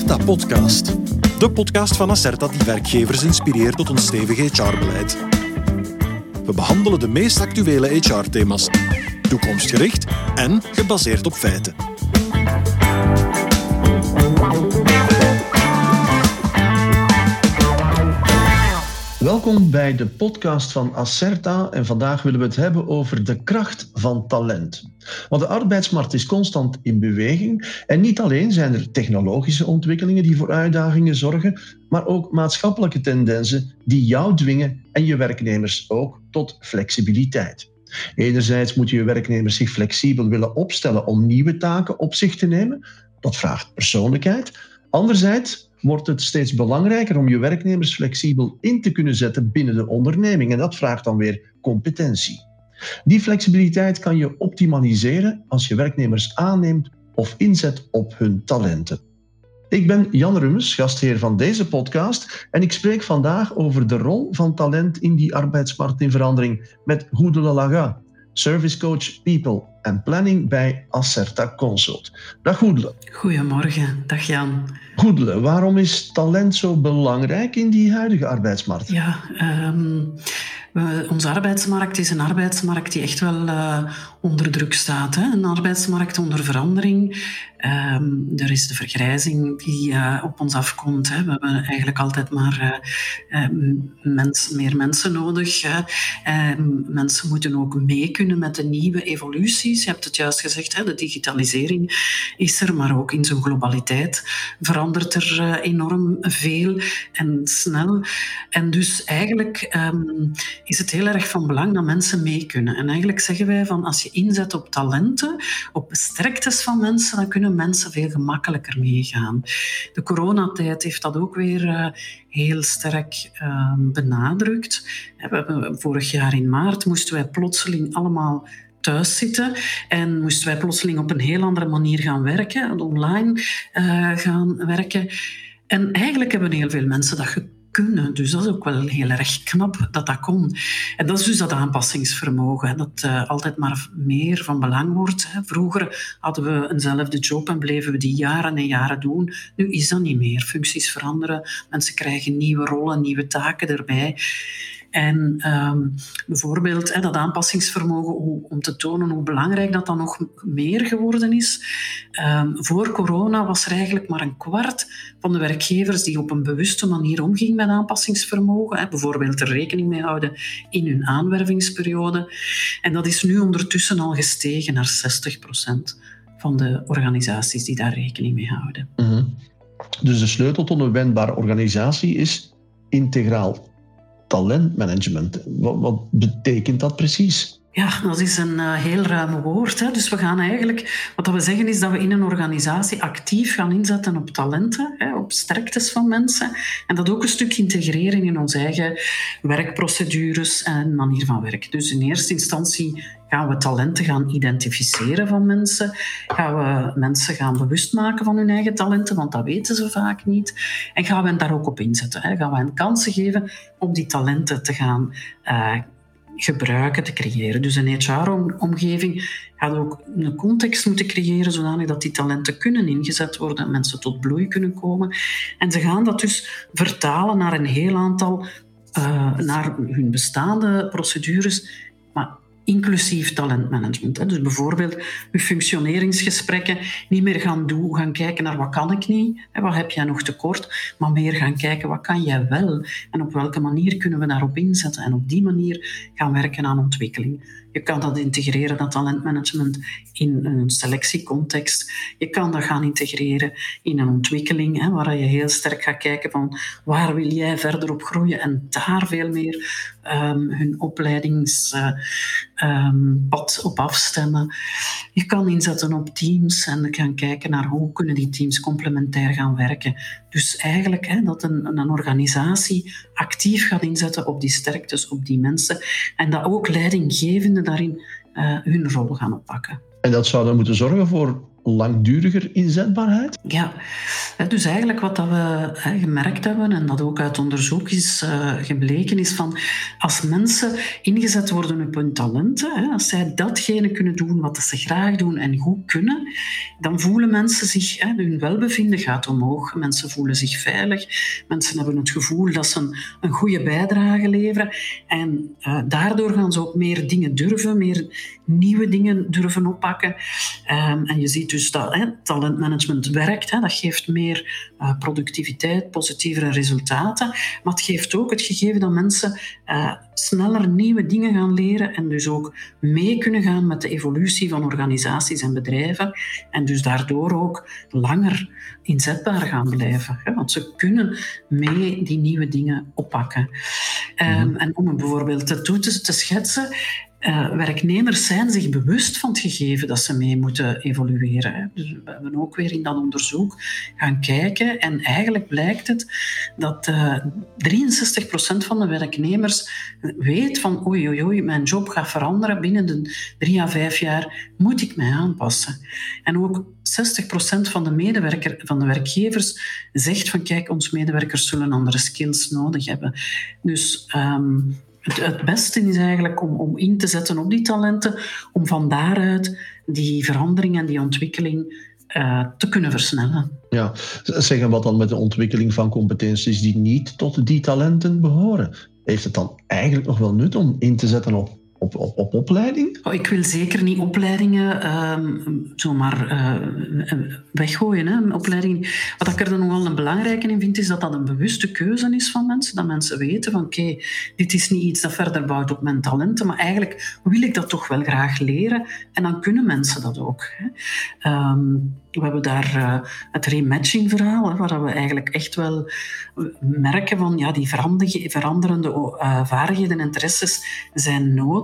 Acerta Podcast. De podcast van Acerta die werkgevers inspireert tot een stevig HR-beleid. We behandelen de meest actuele HR-thema's. Toekomstgericht en gebaseerd op feiten. Welkom bij de podcast van Acerta en vandaag willen we het hebben over de kracht van talent. Want de arbeidsmarkt is constant in beweging en niet alleen zijn er technologische ontwikkelingen die voor uitdagingen zorgen, maar ook maatschappelijke tendensen die jou dwingen en je werknemers ook tot flexibiliteit. Enerzijds moeten je werknemers zich flexibel willen opstellen om nieuwe taken op zich te nemen. Dat vraagt persoonlijkheid. Anderzijds wordt het steeds belangrijker om je werknemers flexibel in te kunnen zetten binnen de onderneming. En dat vraagt dan weer competentie. Die flexibiliteit kan je optimaliseren als je werknemers aanneemt of inzet op hun talenten. Ik ben Jan Rummes, gastheer van deze podcast en ik spreek vandaag over de rol van talent in die arbeidsmarkt in verandering met Goede Lalaga, Service Coach People en Planning bij Acerta Consult. Dag Goedele. Goedemorgen, dag Jan. Goedele, waarom is talent zo belangrijk in die huidige arbeidsmarkt? Ja, onze arbeidsmarkt is een arbeidsmarkt die echt wel onder druk staat. Hè? Een arbeidsmarkt onder verandering. Er is de vergrijzing die op ons afkomt. Hè? We hebben eigenlijk altijd maar meer mensen nodig. Mensen moeten ook mee kunnen met de nieuwe evoluties. Je hebt het juist gezegd, hè? De digitalisering is er, maar ook in zijn globaliteit verandert er enorm veel en snel. En dus eigenlijk is het heel erg van belang dat mensen mee kunnen. En eigenlijk zeggen wij van als je inzet op talenten, op sterktes van mensen, dan kunnen mensen veel gemakkelijker meegaan. De coronatijd heeft dat ook weer heel sterk benadrukt. Vorig jaar in maart moesten wij plotseling allemaal thuis zitten en moesten wij plotseling op een heel andere manier gaan werken, online gaan werken. En eigenlijk hebben heel veel mensen dat kunnen. Dus dat is ook wel heel erg knap dat dat kon. En dat is dus dat aanpassingsvermogen, dat altijd maar meer van belang wordt. Vroeger hadden we eenzelfde job en bleven we die jaren en jaren doen. Nu is dat niet meer. Functies veranderen, mensen krijgen nieuwe rollen, nieuwe taken erbij. En bijvoorbeeld dat aanpassingsvermogen om te tonen hoe belangrijk dat dan nog meer geworden is. Voor corona was er eigenlijk maar een kwart van de werkgevers die op een bewuste manier omging met aanpassingsvermogen. Bijvoorbeeld er rekening mee houden in hun aanwervingsperiode. En dat is nu ondertussen al gestegen naar 60% van de organisaties die daar rekening mee houden. Mm-hmm. Dus de sleutel tot een wendbare organisatie is integraal talentmanagement. Wat betekent dat precies? Ja, dat is een heel ruim woord. Hè. Dus we gaan eigenlijk, wat we zeggen is dat we in een organisatie actief gaan inzetten op talenten, op sterktes van mensen. En dat ook een stuk integreren in onze eigen werkprocedures en manier van werken. Dus in eerste instantie gaan we talenten gaan identificeren van mensen. Gaan we mensen gaan bewust maken van hun eigen talenten, want dat weten ze vaak niet. En gaan we hen daar ook op inzetten. Gaan we hen kansen geven om die talenten te gaan gebruiken, te creëren. Dus een HR-omgeving gaat ook een context moeten creëren zodanig dat die talenten kunnen ingezet worden, mensen tot bloei kunnen komen. En ze gaan dat dus vertalen naar een heel aantal, naar hun bestaande procedures, maar inclusief talentmanagement. Dus bijvoorbeeld je functioneringsgesprekken niet meer gaan kijken naar wat kan ik niet, wat heb jij nog tekort, maar meer gaan kijken wat kan jij wel en op welke manier kunnen we daarop inzetten en op die manier gaan werken aan ontwikkeling. Je kan dat integreren, dat talentmanagement, in een selectiecontext. Je kan dat gaan integreren in een ontwikkeling, waar je heel sterk gaat kijken van waar wil jij verder op groeien en daar veel meer hun opleidingspad op afstemmen. Je kan inzetten op teams en gaan kijken naar hoe kunnen die teams complementair gaan werken. Dus eigenlijk dat een organisatie actief gaat inzetten op die sterktes, op die mensen en dat ook leidinggevenden daarin hun rol gaan oppakken. En dat zou dan moeten zorgen voor langduriger inzetbaarheid? Ja, dus eigenlijk wat dat we gemerkt hebben en dat ook uit onderzoek is gebleken is van als mensen ingezet worden op hun talenten, als zij datgene kunnen doen wat ze graag doen en goed kunnen, dan voelen mensen zich, hun welbevinden gaat omhoog, mensen voelen zich veilig, mensen hebben het gevoel dat ze een goede bijdrage leveren en daardoor gaan ze ook meer dingen durven, meer nieuwe dingen durven oppakken. En je ziet dus dat talentmanagement werkt, dat geeft meer productiviteit, positievere resultaten, maar het geeft ook het gegeven dat mensen sneller nieuwe dingen gaan leren en dus ook mee kunnen gaan met de evolutie van organisaties en bedrijven en dus daardoor ook langer inzetbaar gaan blijven. Want ze kunnen mee die nieuwe dingen oppakken. En om het bijvoorbeeld te schetsen, werknemers zijn zich bewust van het gegeven dat ze mee moeten evolueren. Dus we hebben ook weer in dat onderzoek gaan kijken en eigenlijk blijkt het dat 63% van de werknemers weet van oei, mijn job gaat veranderen. Binnen de 3 à 5 jaar moet ik mij aanpassen. En ook 60% van de werkgevers zegt van kijk, onze medewerkers zullen andere skills nodig hebben. Dus het beste is eigenlijk om in te zetten op die talenten, om van daaruit die verandering en die ontwikkeling te kunnen versnellen. Ja, zeg wat dan met de ontwikkeling van competenties die niet tot die talenten behoren? Heeft het dan eigenlijk nog wel nut om in te zetten op opleiding? Ik wil zeker niet opleidingen zomaar weggooien. Opleidingen. Wat ik er dan nogal een belangrijke in vind, is dat dat een bewuste keuze is van mensen. Dat mensen weten van oké, dit is niet iets dat verder bouwt op mijn talenten, maar eigenlijk wil ik dat toch wel graag leren. En dan kunnen mensen dat ook. We hebben daar het rematching verhaal, waar we eigenlijk echt wel merken van ja, die veranderende vaardigheden en interesses zijn nodig.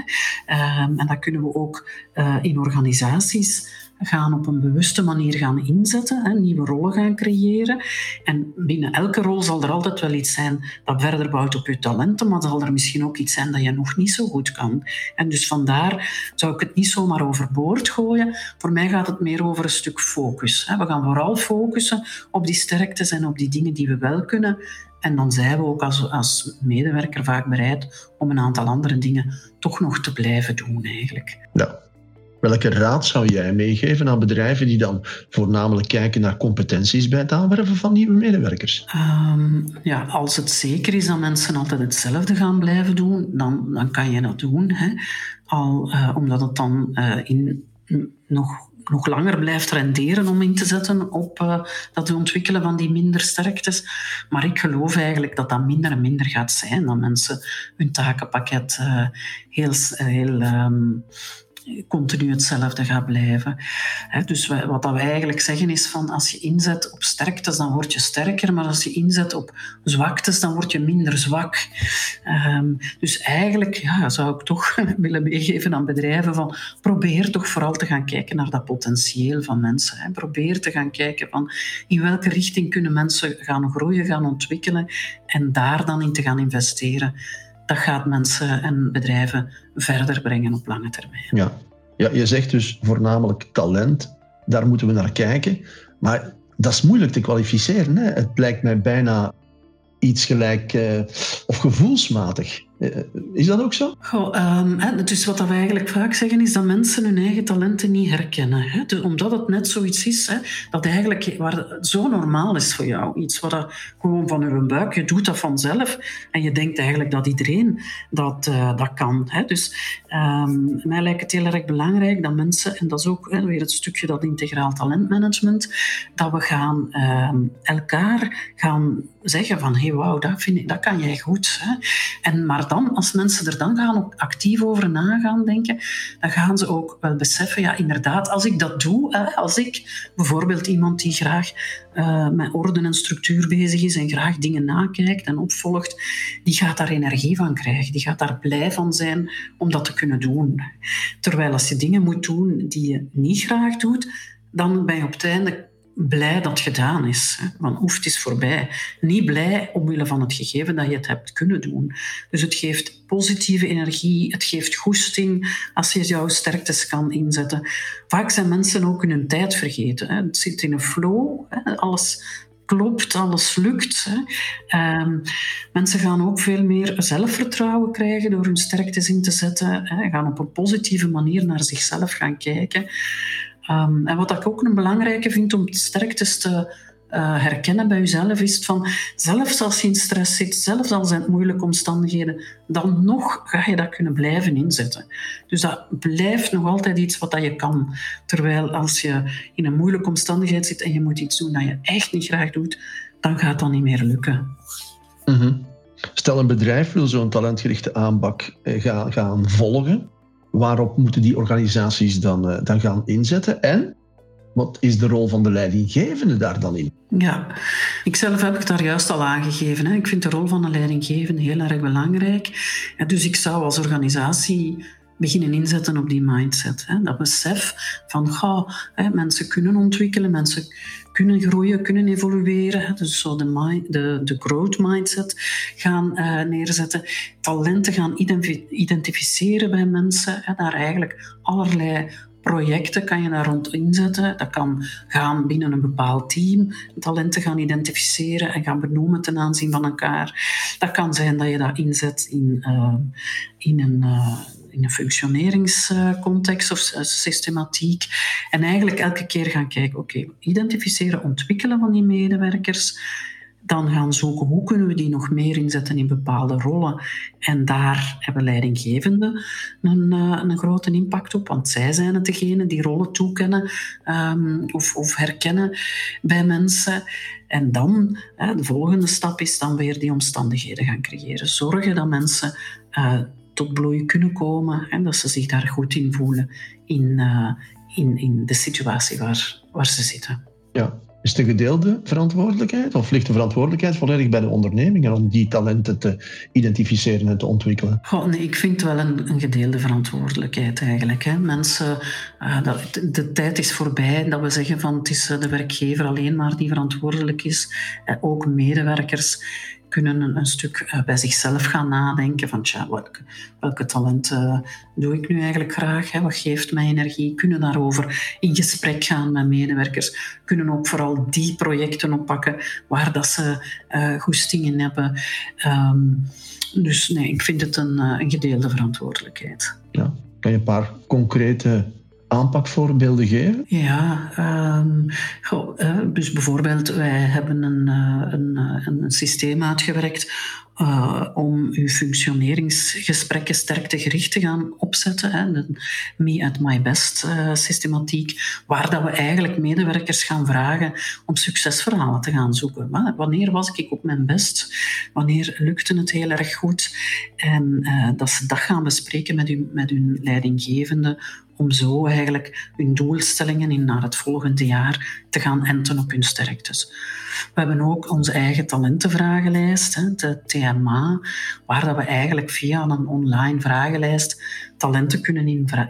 En dat kunnen we ook in organisaties gaan op een bewuste manier gaan inzetten, nieuwe rollen gaan creëren. En binnen elke rol zal er altijd wel iets zijn dat verder bouwt op je talenten, maar zal er misschien ook iets zijn dat je nog niet zo goed kan. En dus vandaar zou ik het niet zomaar overboord gooien. Voor mij gaat het meer over een stuk focus. We gaan vooral focussen op die sterktes en op die dingen die we wel kunnen. En dan zijn we ook als medewerker vaak bereid om een aantal andere dingen toch nog te blijven doen eigenlijk. Ja. Welke raad zou jij meegeven aan bedrijven die dan voornamelijk kijken naar competenties bij het aanwerven van nieuwe medewerkers? Als het zeker is dat mensen altijd hetzelfde gaan blijven doen, dan kan je dat doen. Omdat het dan nog langer blijft renderen om in te zetten op dat ontwikkelen van die minder sterktes. Maar ik geloof eigenlijk dat dat minder en minder gaat zijn. Dat mensen hun takenpakket heel continu hetzelfde gaat blijven. Dus wat we eigenlijk zeggen is van als je inzet op sterktes, dan word je sterker, maar als je inzet op zwaktes, dan word je minder zwak. Dus eigenlijk zou ik toch willen meegeven aan bedrijven van probeer toch vooral te gaan kijken naar dat potentieel van mensen. Probeer te gaan kijken van in welke richting kunnen mensen gaan groeien, gaan ontwikkelen en daar dan in te gaan investeren. Dat gaat mensen en bedrijven verder brengen op lange termijn. Ja, je zegt dus voornamelijk talent. Daar moeten we naar kijken. Maar dat is moeilijk te kwalificeren. Hè? Het lijkt mij bijna iets gelijk of gevoelsmatig. Is dat ook zo? Dus wat we eigenlijk vaak zeggen is dat mensen hun eigen talenten niet herkennen. Dus omdat het net zoiets is dat eigenlijk waar het zo normaal is voor jou. Iets wat gewoon van je buik, je doet dat vanzelf en je denkt eigenlijk dat iedereen dat kan. Dus mij lijkt het heel erg belangrijk dat mensen, en dat is ook weer het stukje dat integraal talentmanagement, dat we gaan elkaar gaan zeggen van hey, wauw, dat kan jij goed. Maar dan, als mensen er dan gaan actief over na gaan denken, dan gaan ze ook wel beseffen, ja inderdaad, als ik dat doe, als ik bijvoorbeeld iemand die graag met orde en structuur bezig is en graag dingen nakijkt en opvolgt, die gaat daar energie van krijgen, die gaat daar blij van zijn om dat te kunnen doen. Terwijl als je dingen moet doen die je niet graag doet, dan ben je op het einde blij dat het gedaan is. Hè. Van het is voorbij. Niet blij omwille van het gegeven dat je het hebt kunnen doen. Dus het geeft positieve energie, het geeft goesting als je jouw sterktes kan inzetten. Vaak zijn mensen ook hun tijd vergeten. Hè. Het zit in een flow, hè. Alles klopt, alles lukt. Hè. Mensen gaan ook veel meer zelfvertrouwen krijgen door hun sterktes in te zetten. Hè. Gaan op een positieve manier naar zichzelf gaan kijken. En wat ik ook een belangrijke vind om sterktes te herkennen bij jezelf, is van, zelfs als je in stress zit, zelfs al zijn het moeilijke omstandigheden, dan nog ga je dat kunnen blijven inzetten. Dus dat blijft nog altijd iets wat dat je kan. Terwijl als je in een moeilijke omstandigheid zit en je moet iets doen dat je echt niet graag doet, dan gaat dat niet meer lukken. Mm-hmm. Stel, een bedrijf wil zo'n talentgerichte aanpak gaan volgen. Waarop moeten die organisaties dan gaan inzetten? En wat is de rol van de leidinggevende daar dan in? Ja, ikzelf heb ik daar juist al aangegeven. Hè. Ik vind de rol van de leidinggevende heel erg belangrijk. Ja, dus ik zou als organisatie beginnen inzetten op die mindset. Hè. Dat besef van, mensen kunnen ontwikkelen, mensen kunnen groeien, kunnen evolueren. Hè. Dus zo de growth mindset gaan neerzetten. Talenten gaan identificeren bij mensen. Hè. Daar eigenlijk allerlei projecten kan je daar rond inzetten. Dat kan gaan binnen een bepaald team. Talenten gaan identificeren en gaan benoemen ten aanzien van elkaar. Dat kan zijn dat je dat inzet in een functioneringscontext of systematiek. En eigenlijk elke keer gaan kijken, identificeren, ontwikkelen van die medewerkers. Dan gaan zoeken, hoe kunnen we die nog meer inzetten in bepaalde rollen. En daar hebben leidinggevenden een grote impact op, want zij zijn het degene die rollen toekennen of herkennen bij mensen. En dan, de volgende stap is dan weer die omstandigheden gaan creëren. Zorgen dat mensen tot bloei kunnen komen en dat ze zich daar goed in voelen in de situatie waar ze zitten. Ja. Is de gedeelde verantwoordelijkheid of ligt de verantwoordelijkheid volledig bij de ondernemingen om die talenten te identificeren en te ontwikkelen? Nee, ik vind wel een gedeelde verantwoordelijkheid eigenlijk. Hè. Mensen, de tijd is voorbij dat we zeggen van het is de werkgever alleen maar die verantwoordelijk is. Ook medewerkers kunnen een stuk bij zichzelf gaan nadenken van welke talenten doe ik nu eigenlijk graag? Hè? Wat geeft mij energie? Kunnen daarover in gesprek gaan met medewerkers? Kunnen ook vooral die projecten oppakken waar dat ze goesting in hebben. Dus nee, ik vind het een gedeelde verantwoordelijkheid. Ja. Kan je een paar concrete aanpakvoorbeelden geven? Ja, dus bijvoorbeeld wij hebben een systeem uitgewerkt om uw functioneringsgesprekken sterktegericht te gaan opzetten. Hè, de Me at My Best systematiek, waar dat we eigenlijk medewerkers gaan vragen om succesverhalen te gaan zoeken. Wanneer was ik op mijn best? Wanneer lukte het heel erg goed? En dat ze dat gaan bespreken met hun leidinggevende, om zo eigenlijk hun doelstellingen naar het volgende jaar te gaan enten op hun sterktes. We hebben ook onze eigen talentenvragenlijst, de TMA, waar dat we eigenlijk via een online vragenlijst talenten kunnen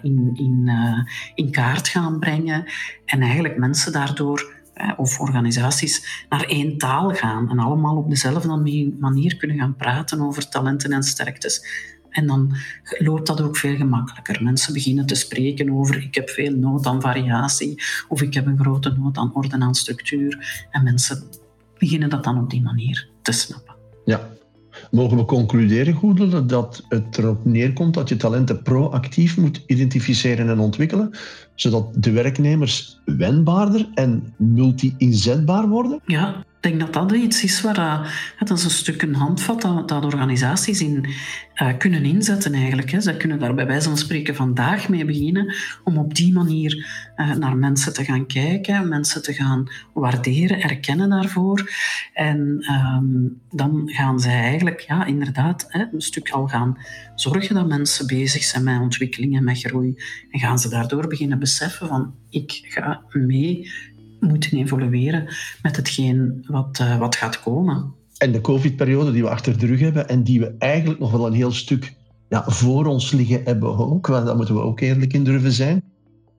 in kaart gaan brengen en eigenlijk mensen daardoor of organisaties naar één taal gaan en allemaal op dezelfde manier kunnen gaan praten over talenten en sterktes. En dan loopt dat ook veel gemakkelijker. Mensen beginnen te spreken over ik heb veel nood aan variatie of ik heb een grote nood aan orde en aan structuur. En mensen beginnen dat dan op die manier te snappen. Ja. Mogen we concluderen, Goedele, dat het erop neerkomt dat je talenten proactief moet identificeren en ontwikkelen, zodat de werknemers wendbaarder en multi-inzetbaar worden? Ja. Ik denk dat dat iets is waar dat is een stuk een handvat dat organisaties in kunnen inzetten eigenlijk. Hè. Zij kunnen daar bij wijze van spreken vandaag mee beginnen om op die manier naar mensen te gaan kijken, mensen te gaan waarderen, erkennen daarvoor. En dan gaan zij eigenlijk inderdaad een stuk al gaan zorgen dat mensen bezig zijn met ontwikkeling en met groei. En gaan ze daardoor beginnen beseffen van ik ga mee moeten evolueren met hetgeen wat gaat komen. En de COVID-periode die we achter de rug hebben en die we eigenlijk nog wel een heel stuk voor ons liggen hebben ook, want daar moeten we ook eerlijk in durven zijn.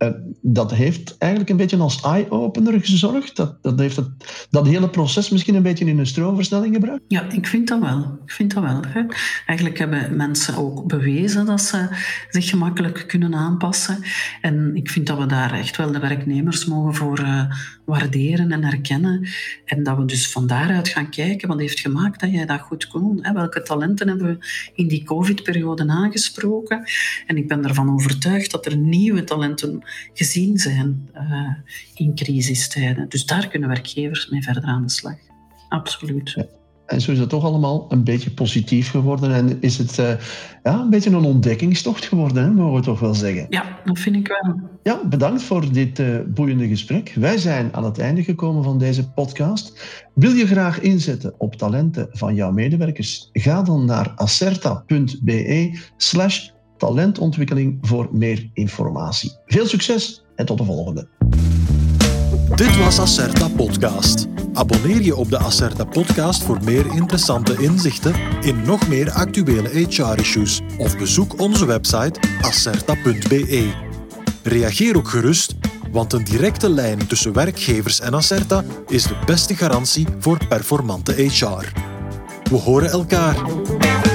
Dat heeft eigenlijk een beetje als eye-opener gezorgd. Dat hele proces misschien een beetje in een stroomversnelling gebracht? Ja, ik vind dat wel. Hè. Eigenlijk hebben mensen ook bewezen dat ze zich gemakkelijk kunnen aanpassen. En ik vind dat we daar echt wel de werknemers mogen voor waarderen en erkennen. En dat we dus van daaruit gaan kijken wat heeft gemaakt dat jij dat goed kon. Hè. Welke talenten hebben we in die COVID-periode aangesproken? En ik ben ervan overtuigd dat er nieuwe talenten gezien zijn in crisistijden. Dus daar kunnen werkgevers mee verder aan de slag. Absoluut. Ja. En zo is het toch allemaal een beetje positief geworden en is het een beetje een ontdekkingstocht geworden, hè, mogen we toch wel zeggen. Ja, dat vind ik wel. Ja, bedankt voor dit boeiende gesprek. Wij zijn aan het einde gekomen van deze podcast. Wil je graag inzetten op talenten van jouw medewerkers? Ga dan naar acerta.be/talentontwikkeling voor meer informatie. Veel succes en tot de volgende. Dit was Acerta Podcast. Abonneer je op de Acerta Podcast voor meer interessante inzichten in nog meer actuele HR-issues of bezoek onze website acerta.be. Reageer ook gerust, want een directe lijn tussen werkgevers en Acerta is de beste garantie voor performante HR. We horen elkaar.